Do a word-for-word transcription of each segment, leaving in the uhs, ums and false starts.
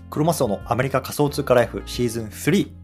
クロマスオのアメリカ仮想通貨ライフシーズンスリー。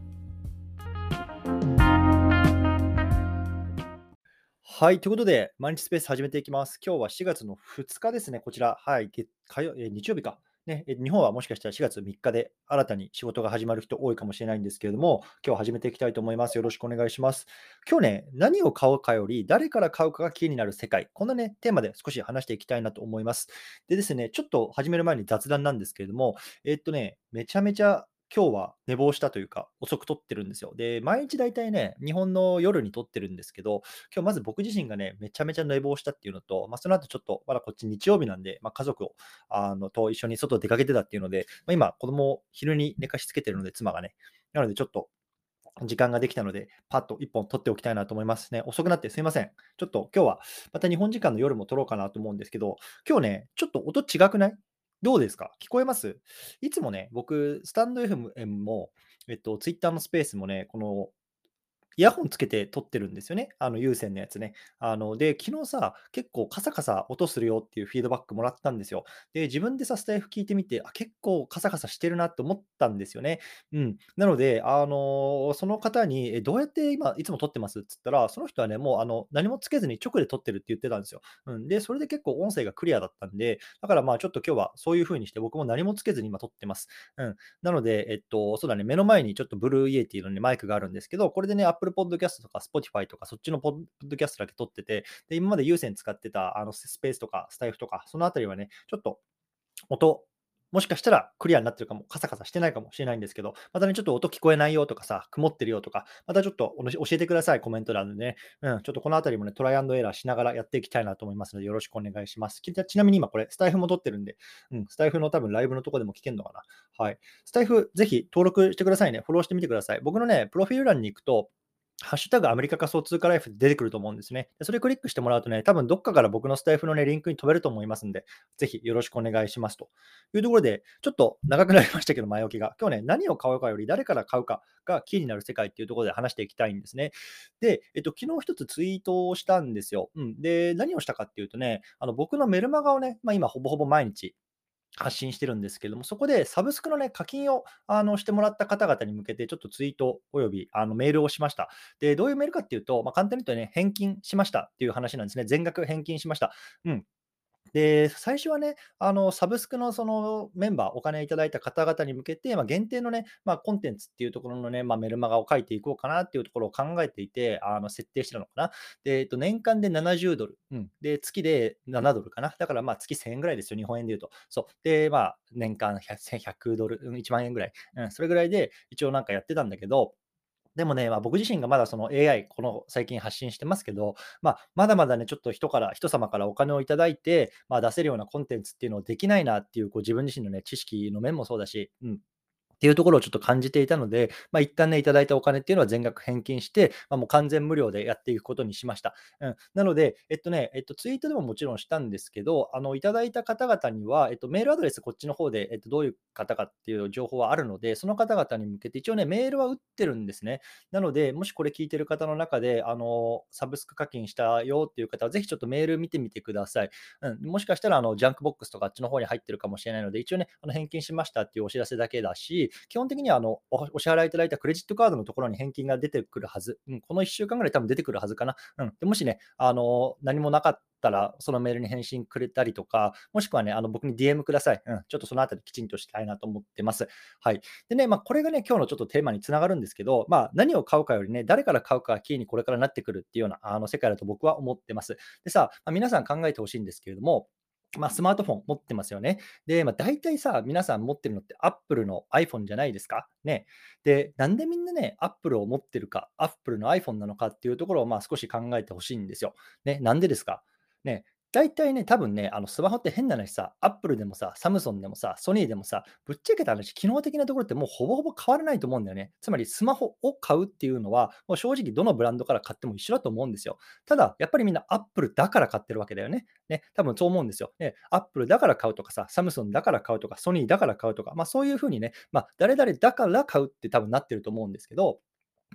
はい、ということで、毎日スペース始めていきます。今日はしがつのふつかですね、こちら。はい、月火曜えー日曜日か。ね、え日本はもしかしたらしがつみっかで新たに仕事が始まる人多いかもしれないんですけれども、今日始めていきたいと思います。よろしくお願いします。今日ね、何を買うかより、誰から買うかがキーになる世界。こんなね、テーマで少し話していきたいなと思います。でですね、ちょっと始める前に雑談なんですけれども、えっとね、めちゃめちゃ今日は寝坊したというか、遅く撮ってるんですよ。で、毎日だいたいね、日本の夜に撮ってるんですけど、今日まず僕自身がね、めちゃめちゃ寝坊したっていうのと、まあ、その後ちょっと、まだこっち日曜日なんで、まあ、家族をあのと一緒に外出かけてたっていうので、まあ、今、子供を昼に寝かしつけてるので、妻がね。なので、ちょっと時間ができたので、パッといっぽん撮っておきたいなと思いますね。遅くなってすいません。ちょっと今日はまた日本時間の夜も撮ろうかなと思うんですけど、今日ね、ちょっと音違くない？どうですか？聞こえます？いつもね、僕、スタンド エフエム も、えっと、Twitter のスペースもね、このイヤホンつけて撮ってるんですよね。あの有線のやつね。あの、で、昨日さ、結構カサカサ音するよっていうフィードバックもらったんですよ。で、自分でさ、スタイフ聞いてみて、あ、結構カサカサしてるなって思ったんですよね。うん。なので、あの、その方に、え、どうやって今いつも撮ってますっつったら、その人はね、もうあの、何もつけずに直で撮ってるって言ってたんですよ。うん。で、それで結構音声がクリアだったんで、だからまあちょっと今日はそういう風にして僕も何もつけずに今撮ってます。うん。なので、えっと、そうだね、目の前にちょっとブルーイエティの、ね、マイクがあるんですけど、これでね、Apple Podcast とか Spotify とか、そっちのポッドキャストだけ撮ってて、で、今まで有線使ってたあのスペースとかスタイフとか、そのあたりはね、ちょっと音、もしかしたらクリアになってるかも、カサカサしてないかもしれないんですけど、またね、ちょっと音聞こえないよとかさ、曇ってるよとか、またちょっとおの教えてください、コメント欄でね。うん、ちょっとこのあたりもね、トライアンドエラーしながらやっていきたいなと思いますので、よろしくお願いします。きちなみに今これ、スタイフも撮ってるんで、うん、スタイフの多分ライブのとこでも聞けるのかな。はい。スタイフ、ぜひ登録してくださいね。フォローしてみてください。僕のね、プロフィール欄に行くと、ハッシュタグアメリカ仮想通貨ライフって出てくると思うんですね。でそれクリックしてもらうとね、多分どっかから僕のスタイフのね、リンクに飛べると思いますんで、ぜひよろしくお願いしますというところで、ちょっと長くなりましたけど、前置きが。今日ね、何を買うかより誰から買うかがキーになる世界っていうところで話していきたいんですね。で、えっと、昨日一つツイートをしたんですよ。うん。で、何をしたかっていうとね、あの僕のメルマガをね、まあ、今ほぼほぼ毎日発信してるんですけども、そこでサブスクのね、課金をあのしてもらった方々に向けて、ちょっとツイートおよびあのメールをしました。で、どういうメールかっていうと、まあ、簡単に言うとね、返金しましたっていう話なんですね。全額返金しました。うん。で、最初はね、あの、サブスクのそのメンバー、お金いただいた方々に向けて、まあ、限定のね、まあ、コンテンツっていうところのね、まあ、メルマガを書いていこうかなっていうところを考えていて、あの、設定してたのかな。で、えっと、年間でななじゅうドル、うん。で、月でななドルかな。だから、まあ、月せんえんぐらいですよ、日本円で言うと。そう。で、まあ、年間ひゃく せんひゃくドル、うん、いちまん円ぐらい。うん、それぐらいで一応なんかやってたんだけど、でもね、まあ、僕自身がまだその エーアイ、この最近発信してますけど、まあ、まだまだね、ちょっと人から人様からお金をいただいて、まあ、出せるようなコンテンツっていうのをできないなっていう、こう自分自身のね、知識の面もそうだし、うん、っていうところをちょっと感じていたので、まあ、一旦ね、いただいたお金っていうのは全額返金して、まあ、もう完全無料でやっていくことにしました。うん。なので、えっとね、えっと、ツイートでももちろんしたんですけど、あの、いただいた方々には、えっと、メールアドレスこっちの方で、えっと、どういう方かっていう情報はあるので、その方々に向けて一応ね、メールは打ってるんですね。なので、もしこれ聞いてる方の中で、あの、サブスク課金したよっていう方は、ぜひちょっとメール見てみてください。うん、もしかしたら、あの、ジャンクボックスとかあっちの方に入ってるかもしれないので、一応ね、あの、返金しましたっていうお知らせだけだし、基本的には、あの、おお支払いいただいたクレジットカードのところに返金が出てくるはず。うん、このいっしゅうかんぐらい多分出てくるはずかな。うん。で、もしね、あの、何もなかったら、そのメールに返信くれたりとか、もしくはね、あの、僕に ディーエム ください。うん、ちょっとそのあたりきちんとしたいなと思ってます。はい。でね、まあ、これがね、今日のちょっとテーマにつながるんですけど、まあ、何を買うかよりね、誰から買うかがキーにこれからなってくるっていうような、あの、世界だと僕は思ってます。でさ、まあ、皆さん考えてほしいんですけれども、まあ、スマートフォン持ってますよね。で、まあ、大体さ、皆さん持ってるのって Apple の iPhone じゃないですか。ね。で、なんでみんなね、Apple を持ってるか、Apple の iPhone なのかっていうところを、まあ、少し考えてほしいんですよ。ね、なんでですか？ね、大体ね、多分ね、あのスマホって変な話さ、Apple でもさ、サムソンでもさ、ソニーでもさ、ぶっちゃけた話、機能的なところってもうほぼほぼ変わらないと思うんだよね。つまりスマホを買うっていうのは、もう正直どのブランドから買っても一緒だと思うんですよ。ただ、やっぱりみんな Apple だから買ってるわけだよね。ね、多分そう思うんですよ。ね、Apple だから買うとかさ、サムソンだから買うとか、ソニーだから買うとか、まあそういうふうにね、まあ誰々だから買うって多分なってると思うんですけど、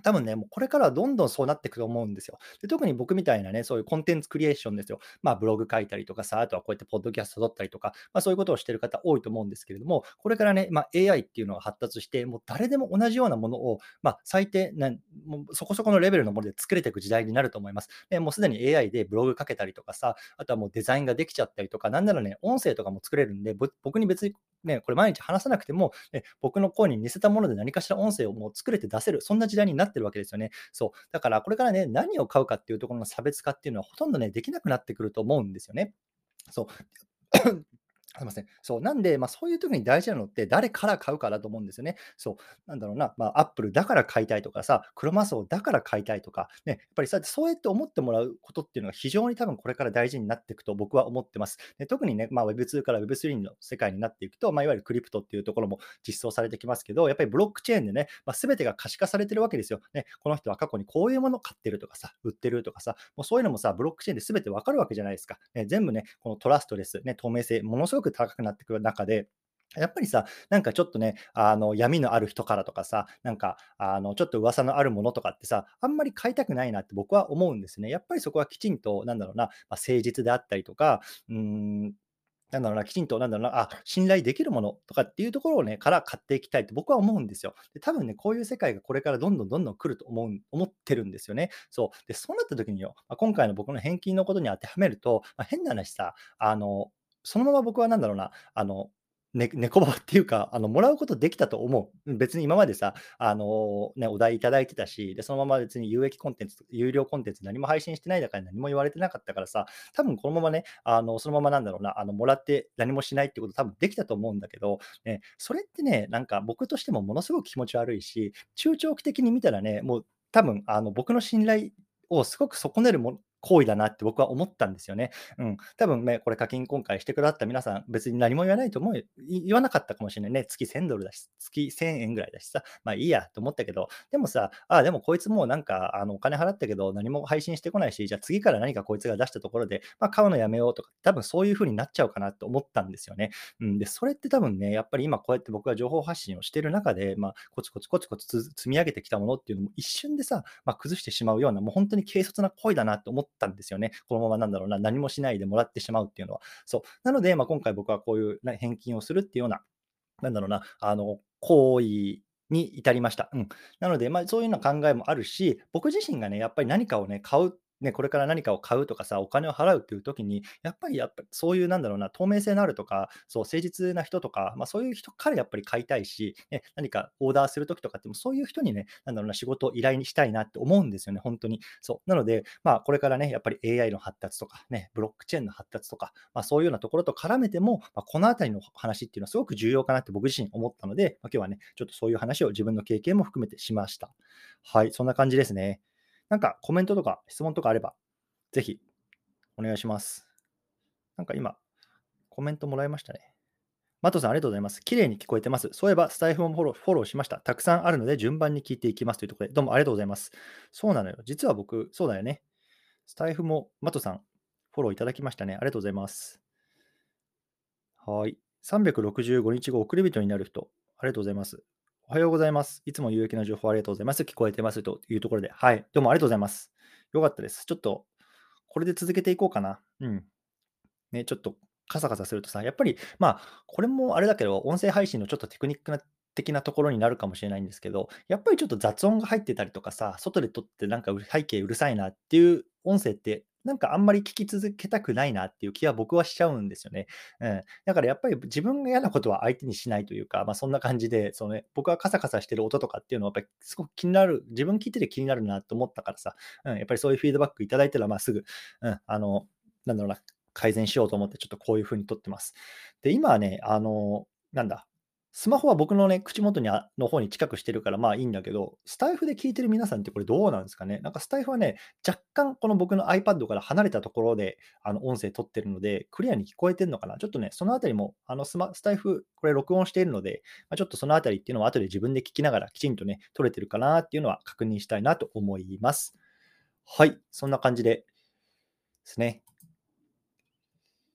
多分ね、もうこれからはどんどんそうなっていくと思うんですよ。で、特に僕みたいなね、そういうコンテンツクリエーションですよ。まあ、ブログ書いたりとかさ、あとはこうやってポッドキャスト撮ったりとか、まあ、そういうことをしてる方多いと思うんですけれども、これからね、まあ、エーアイ っていうのが発達して、もう誰でも同じようなものを、まあ、最低なんもうそこそこのレベルのもので作れていく時代になると思います。で、もうすでに エーアイ でブログ書けたりとかさ、あとはもうデザインができちゃったりとか、なんならね、音声とかも作れるんで、ぼ僕に別にね、これ毎日話さなくても、ね、僕の声に似せたもので何かしら音声をもう作れて出せる、そんな時代になってるわけですよね。そう。だからこれからね、何を買うかっていうところの差別化っていうのはほとんどね、できなくなってくると思うんですよね。そう。すいません。そう、なんで、まあ、そういう時に大事なのって、誰から買うかだと思うんですよね。そう、なんだろうな、まあ、アップルだから買いたいとかさ、クロマスオだから買いたいとか、ね、やっぱりそうやってそうやって思ってもらうことっていうのが非常に多分これから大事になっていくと僕は思ってます。で、特にね、まあ、ウェブツー から ウェブスリー の世界になっていくと、まあ、いわゆるクリプトっていうところも実装されてきますけど、やっぱりブロックチェーンでね、まあ、全てが可視化されてるわけですよ。ね、この人は過去にこういうものを買ってるとかさ、売ってるとかさ、もうそういうのもさ、ブロックチェーンで全てわかるわけじゃないですか。ね、全部ね、このトラストレス、ね、透明性、ものすごく高くなってくる中で、やっぱりさ、なんかちょっとね、あの、闇のある人からとかさ、なんか、あの、ちょっと噂のあるものとかってさ、あんまり買いたくないなって僕は思うんですね。やっぱりそこはきちんと、なんだろうな、まあ、誠実であったりとか、うーん、なんだろうな、きちんと、なんだろうな、あ、信頼できるものとかっていうところをね、から買っていきたいと僕は思うんですよ。で、多分ね、こういう世界がこれからどんどんどんどん来ると思う思ってるんですよね。そう。で、そうなった時によ、まあ、今回の僕の返金のことに当てはめると、まあ、変な話さ、あの、そのまま僕はなんだろうな、あの、ね猫ババっていうか、あの、もらうことできたと思う。うん、別に今までさ、あの、ね、お題いただいてたし、で、そのまま別に有益コンテンツ有料コンテンツ何も配信してないだから何も言われてなかったからさ、多分このままね、あの、そのままなんだろうな、あの、もらって何もしないってこと多分できたと思うんだけど、ね、それってね、なんか僕としてもものすごく気持ち悪いし、中長期的に見たらね、もう多分あの、僕の信頼をすごく損ねるも行為だなって僕は思ったんですよね。うん。多分ね、これ課金今回してくださった皆さん、別に何も言わないと思うよ。い言わなかったかもしれないね。月せんドルだし、月せんえんぐらいだしさ、まあいいやと思ったけど、でもさ、ああ、でもこいつもうなんか、あの、お金払ったけど、何も配信してこないし、じゃあ次から何かこいつが出したところで、まあ、買うのやめようとか、多分そういう風になっちゃうかなって思ったんですよね。うん、で、それって多分ね、やっぱり今こうやって僕が情報発信をしている中で、まあ、コツコツコツコツつ積み上げてきたものっていうのも一瞬でさ、まあ、崩してしまうような、もう本当に軽率な行為だなって思ったんですよね。このままなんだろうな、何もしないでもらってしまうっていうのは。そう。なので、まあ、今回僕はこういうな返金をするっていうようななんだろうな、あの、行為に至りました。うん。なので、まあ、そういうような考えもあるし、僕自身がね、やっぱり何かをね、買う、ね、これから何かを買うとかさ、お金を払うっていう時に、やっぱりやっぱりそういうなんだろうな、透明性のあるとか、そう、誠実な人とか、まあ、そういう人からやっぱり買いたいし、ね、何かオーダーする時とかっても、そういう人にね、なんだろうな、仕事を依頼にしたいなって思うんですよね、本当に。そう。なので、まあ、これからね、やっぱり エーアイ の発達とか、ね、ブロックチェーンの発達とか、まあ、そういうようなところと絡めても、まあ、このあたりの話っていうのはすごく重要かなって僕自身思ったので、まあ、今日はね、ちょっとそういう話を自分の経験も含めてしました。はい、そんな感じですね。なんかコメントとか質問とかあれば、ぜひお願いします。なんか今、コメントもらいましたね。マトさん、ありがとうございます。綺麗に聞こえてます。そういえば、スタイフもフォローフォローしました。たくさんあるので、順番に聞いていきますというところで、どうもありがとうございます。そうなのよ。実は僕、そうだよね。スタイフもマトさん、フォローいただきましたね。ありがとうございます。はい。さんびゃくろくじゅうごにちご、送り人になる人、ありがとうございます。おはようございます。いつも有益な情報ありがとうございます。聞こえてますというところで、はい。どうもありがとうございます。よかったです。ちょっと、これで続けていこうかな。うん。ね、ちょっとカサカサするとさ、やっぱり、まあ、これもあれだけど、音声配信のちょっとテクニックな的なところになるかもしれないんですけど、やっぱりちょっと雑音が入ってたりとかさ、外で撮ってなんかう背景うるさいなっていう音声って、なんかあんまり聞き続けたくないなっていう気は僕はしちゃうんですよね。うん。だからやっぱり自分が嫌なことは相手にしないというか、まあそんな感じで、そのね、僕はカサカサしてる音とかっていうのはやっぱりすごく気になる、自分聞いてて気になるなと思ったからさ、うん、やっぱりそういうフィードバックいただいたら、まあすぐ、うん、あの、なんだろうな、改善しようと思って、ちょっとこういう風に撮ってます。で、今はね、あの、なんだ、スマホは僕のね、口元にあの方に近くしてるから、まあいいんだけど、スタイフで聞いてる皆さんってこれどうなんですかね？なんかスタイフはね、若干この僕の iPad から離れたところで、あの、音声取ってるので、クリアに聞こえてんのかな？ちょっとね、そのあたりも、あの、スマスタイフ、これ録音しているので、ま、ちょっとそのあたりっていうのは後で自分で聞きながらきちんとね、取れてるかなっていうのは確認したいなと思います。はい、そんな感じでですね。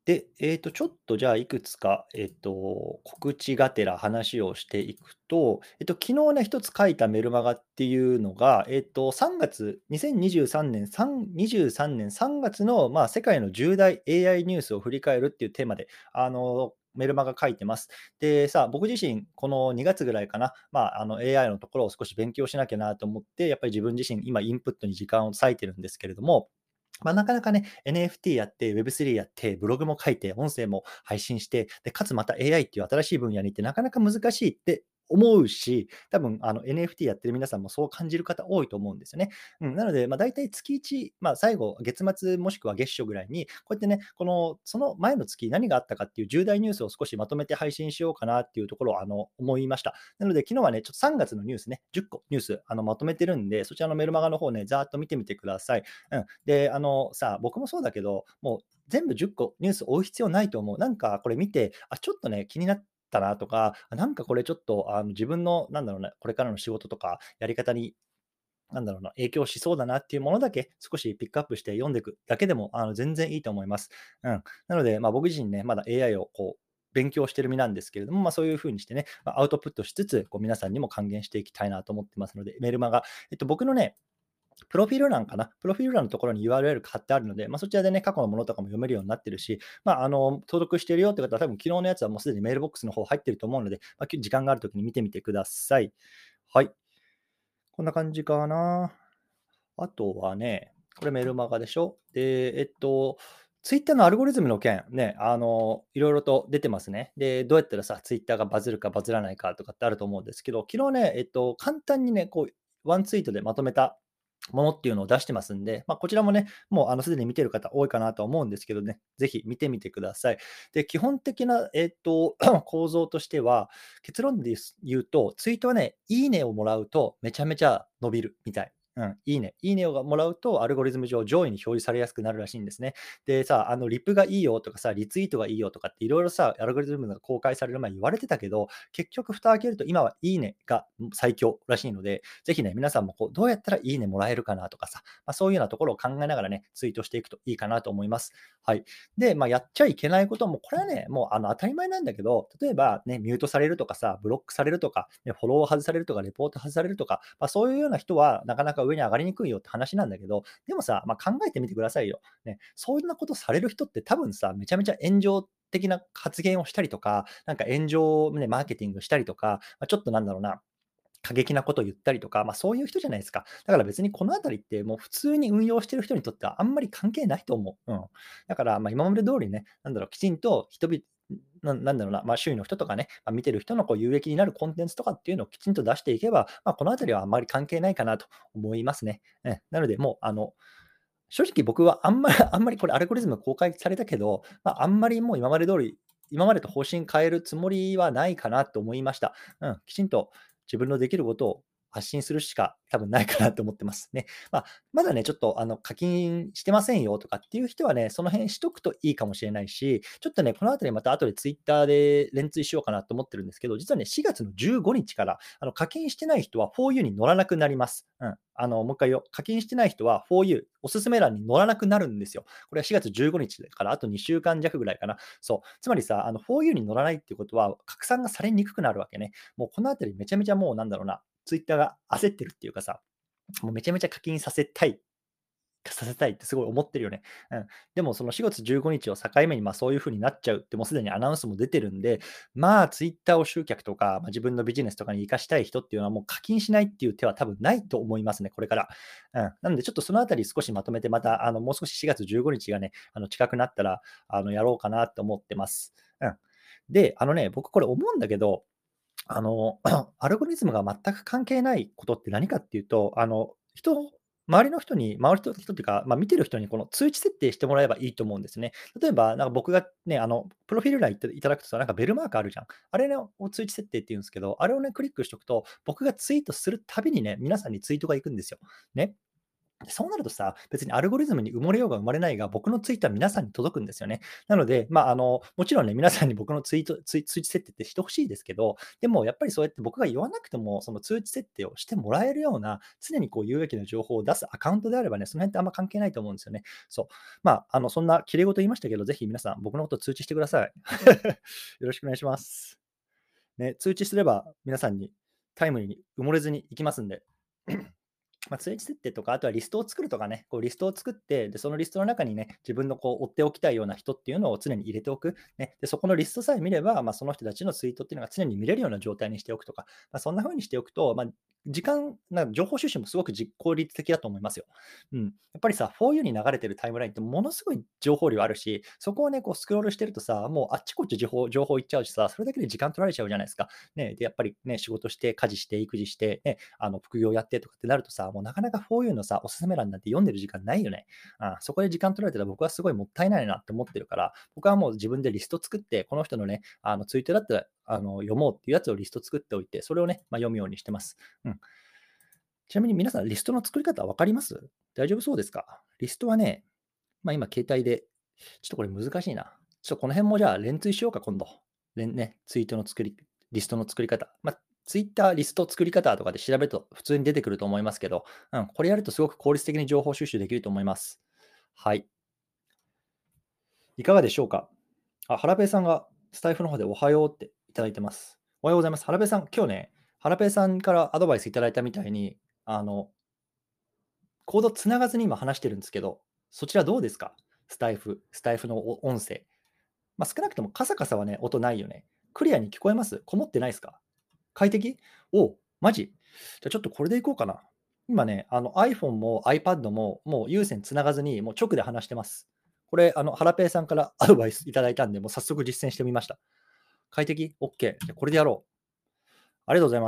で、えっと、ちょっとじゃあ、いくつか、えっと、告知がてら話をしていくと、えっと、昨日ね、一つ書いたメルマガっていうのが、えっと、さんがつ、にせんにじゅうさんねん、さんにじゅうさんねんさんがつの、まあ、世界の重大 エーアイ ニュースを振り返るっていうテーマで、あの、メルマガ書いてます。で、さあ、僕自身、このにがつぐらいかな、まあ、あの エーアイ のところを少し勉強しなきゃなと思って、やっぱり自分自身、今、インプットに時間を割いてるんですけれども、まあ、なかなかね、エヌエフティー やって、ウェブスリー やって、ブログも書いて、音声も配信して、で、かつまた エーアイ っていう新しい分野に行ってなかなか難しいって思うし、多分あの エヌエフティー やってる皆さんもそう感じる方多いと思うんですよね。うん、なので、まあ、大体月いち、まあ、最後、月末もしくは月初ぐらいに、こうやってね、この、その前の月何があったかっていう重大ニュースを少しまとめて配信しようかなっていうところをあの思いました。なので、昨日はね、ちょっとさんがつのニュースね、じゅっこニュースあのまとめてるんで、そちらのメルマガの方ね、ざーっと見てみてください。うん。で、あの、さ、僕もそうだけど、もう全部じゅっこニュース追う必要ないと思う。なんかこれ見て、あ、ちょっとね、気になったなとか、あ、なんかこれちょっとあの自分のなんだろうな、これからの仕事とかやり方に、なんだろうな、影響しそうだなっていうものだけ少しピックアップして読んでいくだけでも、あの、全然いいと思います。うん。なので、ま、僕自身ね、まだ エーアイ をこう勉強してる身なんですけれども、ま、そういう風にしてね、ま、アウトプットしつつ、こう皆さんにも還元していきたいなと思ってますので、メルマガ、えっと、僕のね、プロフィール欄かな、プロフィール欄のところに ユーアールエル 貼ってあるので、まあ、そちらでね、過去のものとかも読めるようになってるし、まあ、あの、登録してるよって方は、多分昨日のやつはもうすでにメールボックスの方入ってると思うので、まあ、き時間があるときに見てみてください。はい。こんな感じかな。あとはね、これメルマガでしょ。で、えっと、ツイッターのアルゴリズムの件、ね、あの、いろいろと出てますね。で、どうやったらさ、ツイッターがバズるかバズらないかとかってあると思うんですけど、昨日ね、えっと、簡単にね、こう、ワンツイートでまとめたものっていうのを出してますんで、まあ、こちらもね、もうあのすでに見てる方多いかなとは思うんですけどね、ぜひ見てみてください。で、基本的な、えっと、構造としては、結論で言うと、ツイートはね、いいねをもらうとめちゃめちゃ伸びるみたい。うん、いいね。いいねをもらうと、アルゴリズム上、上位に表示されやすくなるらしいんですね。でさ、あの、リプがいいよとかさ、リツイートがいいよとかっていろいろさ、アルゴリズムが公開される前に言われてたけど、結局蓋を開けると今はいいねが最強らしいので、ぜひね、皆さんもこう、どうやったらいいねもらえるかなとかさ、まあ、そういうようなところを考えながらね、ツイートしていくといいかなと思います。はい。で、まあ、やっちゃいけないことも、これはね、もうあの当たり前なんだけど、例えばね、ミュートされるとかさ、ブロックされるとか、ね、フォローを外されるとか、レポート外されるとか、まあ、そういうような人はなかなか上に上がりにくいよって話なんだけど、でもさ、まあ、考えてみてくださいよ。ね、そんなことされる人って多分さ、めちゃめちゃ炎上的な発言をしたりとか、なんか炎上、ね、マーケティングしたりとか、まあ、ちょっとなんだろうな、過激なことを言ったりとか、まあ、そういう人じゃないですか。だから別にこのあたりってもう普通に運用してる人にとってはあんまり関係ないと思う。うん。だから、ま、今まで通りね、なんだろう、きちんと人々ななんだろうな、まあ、周囲の人とかね、まあ、見てる人のこう有益になるコンテンツとかっていうのをきちんと出していけば、まあ、このあたりはあんまり関係ないかなと思いますね。うん。なので、もうあの、正直僕はあんまりあんまりこれアルゴリズム公開されたけど、まあ、あんまりもう今まで通り、今までと方針変えるつもりはないかなと思いました。うん、きちんと自分のできることを発信するしか多分ないかなと思ってますね。まあ、まだね、ちょっとあの課金してませんよとかっていう人はね、その辺しとくといいかもしれないし、ちょっとね、このあたりまた後でツイッターで連追しようかなと思ってるんですけど、実はね、しがつのじゅうごにちからあの課金してない人は フォーユー に乗らなくなります。うん。あの、もう一回言おう。課金してない人は フォーユー、おすすめ欄に載らなくなるんですよ。これはしがつじゅうごにちからあとにしゅうかん弱ぐらいかな。そう。つまりさ、あの フォーユー に載らないっていうことは、拡散がされにくくなるわけね。もうこのあたりめちゃめちゃもうなんだろうな、ツイッターが焦ってるっていうかさ、もうめちゃめちゃ課金させたいさせたいってすごい思ってるよね。うん。でもそのしがつじゅうごにちを境目に、ま、そういう風になっちゃうってもうすでにアナウンスも出てるんで、まあ、ツイッターを集客とか、ま、自分のビジネスとかに活かしたい人っていうのはもう課金しないっていう手は多分ないと思いますね、これから。うん。なのでちょっとそのあたり少しまとめて、またあの、もう少ししがつじゅうごにちがね、あの、近くなったら、あの、やろうかなと思ってます。うん。で、あのね、僕これ思うんだけど、あの、アルゴリズムが全く関係ないことって何かっていうと、あの、人周りの人に周りの人っていうか、まあ、見てる人にこの通知設定してもらえばいいと思うんですね。例えば、なんか僕がね、あの、プロフィール欄いたいただくとさ、なんかベルマークあるじゃん。あれのを通知設定って言うんですけど、あれをね、クリックしておくと、僕がツイートするたびにね、皆さんにツイートが行くんですよ。ね。 そうなるとさ、別にアルゴリズムに埋もれようが埋まれないが、僕のツイートは皆さんに届くんですよね。なので、まあ、あの、もちろんね、皆さんに僕のツイート、ツイ通知設定ってしてほしいですけど、でもやっぱりそうやって僕が言わなくても、その通知設定をしてもらえるような、常にこう有益な情報を出すアカウントであればね、その辺ってあんま関係ないと思うんですよね。そう。まあ、あの、そんな綺麗事言いましたけど、ぜひ皆さん僕のこと通知してください。よろしくお願いします。ね、通知すれば皆さんにタイムリーに埋もれずに行きますんで。まあ、通知設定とか、あとはリストを作るとかね、こうリストを作って、で、そのリストの中にね、自分のこう追っておきたいような人っていうのを常に入れておく。ね、で、そこのリストさえ見れば、まあ、その人たちのツイートっていうのが常に見れるような状態にしておくとか、まあ、そんな風にしておくと、まあ、時間、なんか情報収集もすごく実効率的だと思いますよ。うん。やっぱりさ、フォーユー に流れてるタイムラインってものすごい情報量あるし、そこをね、こうスクロールしてるとさ、もうあっちこっち情報情報いっちゃうしさ、それだけで時間取られちゃうじゃないですか。ね、で、やっぱりね、仕事して、家事して、育児して、ね、あの副業やってとかってなるとさ、もうなかなか フォーユー のさ、おすすめ欄なんて読んでる時間ないよね。あそこで時間取られたら僕はすごいもったいないなって思ってるから、僕はもう自分でリスト作って、この人のね、あのツイートだったらあの読もうっていうやつをリスト作っておいて、それをね、まあ、読むようにしてます。うん。ちなみに皆さん、リストの作り方分かります？大丈夫そうですか？リストはね、まあ、今、携帯で、ちょっとこれ難しいな。ちょっとこの辺もじゃあ、連追しようか、今度。連ね、ツイートの作り、リストの作り方。まあ、ツイッターリスト作り方とかで調べると普通に出てくると思いますけど、うん、これやるとすごく効率的に情報収集できると思います。はい。いかがでしょうか？あ、ハラペイさんがスタイフの方でおはようっていただいてます。おはようございます。ハラペイさん、今日ね、ハラペイさんからアドバイスいただいたみたいに、あの、コードつながずに今話してるんですけど、そちらどうですか？スタイフ、スタイフのお音声。まあ、少なくともカサカサはね、音ないよね。クリアに聞こえます？こもってないですか？快適？おマジ？じゃあちょっとこれでいこうかな。今ね、あの iPhone も iPad ももう有線つながずに、もう直で話してます。これ、あの、ハラペイさんからアドバイスいただいたんで、もう早速実践してみました。快適 ?OK。じゃあこれでやろう。ありがとうございます。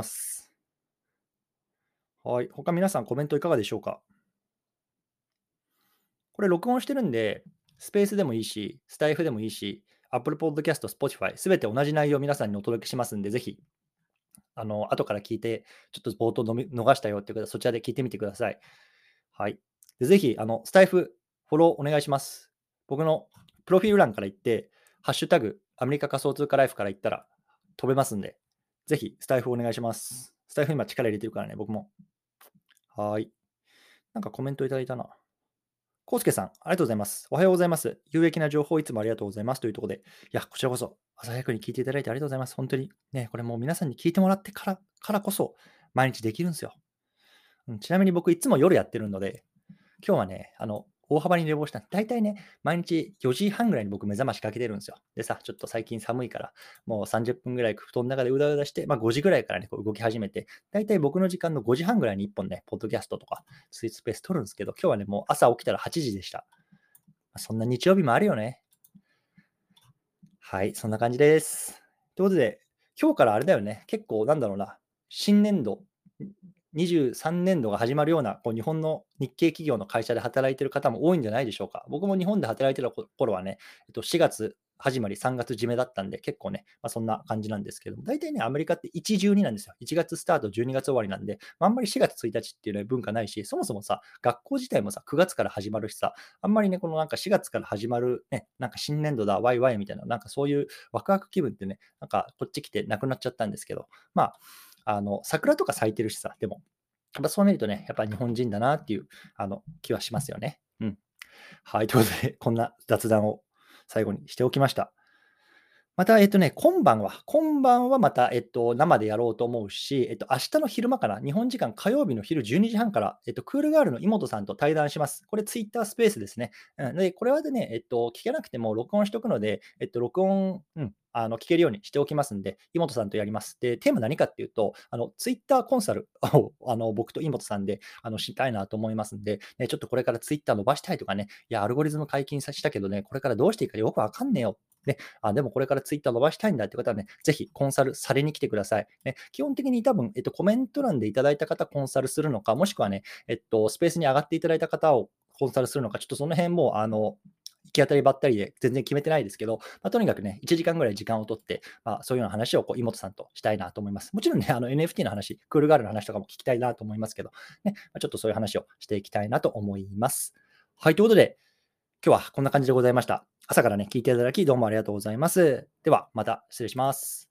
はい。他皆さんコメントいかがでしょうか？これ録音してるんで、スペースでもいいし、スタイフでもいいし、Apple Podcast、Spotify、すべて同じ内容を皆さんにお届けしますんで、ぜひあの、後から聞いて、ちょっと冒頭のみ逃したよっていう方は、そちらで聞いてみてください。はい。でぜひ、あの、スタイフ、フォローお願いします。僕のプロフィール欄から行って、ハッシュタグ、アメリカ仮想通貨ライフから行ったら飛べますんで、ぜひ、スタイフお願いします。スタイフ今力入れてるからね、僕も。はい。なんかコメントいただいたな。コウスケさん、ありがとうございます。おはようございます。有益な情報いつもありがとうございますというところで、いや、こちらこそ、朝早くに聞いていただいてありがとうございます。本当に。ね、これもう皆さんに聞いてもらってからからこそ、毎日できるんですよ。うん、ちなみに僕、いつも夜やってるので、今日はね、あの、大幅に寝坊した。だいたいね、毎日よじはんぐらいに僕目覚ましかけてるんですよ。でさ、ちょっと最近寒いから、もうさんじゅっぷんぐらい布団の中でうだうだして、まあごじぐらいからね、こう動き始めて、だいたい僕の時間のごじはんぐらいにいっぽんね、ポッドキャストとか、スイーツスペース撮るんですけど、今日はね、もう朝起きたらはちじでした。そんな日曜日もあるよね。はい、そんな感じです。ということで、今日からあれだよね、結構なんだろうな、新年度、にじゅうさんねんどが始まるような、こう日本の日系企業の会社で働いている方も多いんじゃないでしょうか。僕も日本で働いてたこ頃はね、えっと、しがつ始まり、さんがつ締めだったんで、結構ね、まあ、そんな感じなんですけども、大体ね、アメリカっていち、じゅうになんですよ。いちがつスタート、じゅうにがつ終わりなんで、まああんまりしがつついたちっていうのは文化ないし、そもそもさ、学校自体もさ、くがつから始まるしさ、あんまりね、このなんかしがつから始まるね、なんか新年度だ、ワイワイみたいな、なんかそういうワクワク気分ってね、なんかこっち来てなくなっちゃったんですけど、まあ、あの、桜とか咲いてるしさ、でも、やっぱそう見るとね、やっぱ日本人だなっていうあの気はしますよね。うん。はい、ということで、こんな雑談を最後にしておきました。また、えっとね、今晩は、今晩はまた、えっと、生でやろうと思うし、えっと、明日の昼間かな、日本時間火曜日の昼じゅうにじはんから、えっと、クールガールの妹さんと対談します。これ、ツイッタースペースですね。うん、で、これはでね、えっと、聞けなくても録音しておくので、えっと、録音、うん、あの聞けるようにしておきますんで、妹さんとやります。で、テーマ何かっていうと、あのツイッターコンサルをあの僕と妹さんであのしたいなと思いますんで、ね、ちょっとこれからツイッター伸ばしたいとかね、いや、アルゴリズム解禁させたけどね、これからどうしていいかよくわかんねえよ。ね、あでもこれからツイッター伸ばしたいんだって方はね、ぜひコンサルされに来てください。ね、基本的に多分、えっと、コメント欄でいただいた方コンサルするのか、もしくはね、えっと、スペースに上がっていただいた方をコンサルするのか、ちょっとその辺も、あの、 行き当たりばったりで全然決めてないですけど、まあ、とにかくね、いちじかんぐらい時間を取って、まあ、そういうような話をこう妹さんとしたいなと思います。もちろんね、あの エヌエフティー の話、クールガールの話とかも聞きたいなと思いますけど、ね、まあ、ちょっとそういう話をしていきたいなと思います。はい、ということで、今日はこんな感じでございました。朝からね、聞いていただき、どうもありがとうございます。では、また失礼します。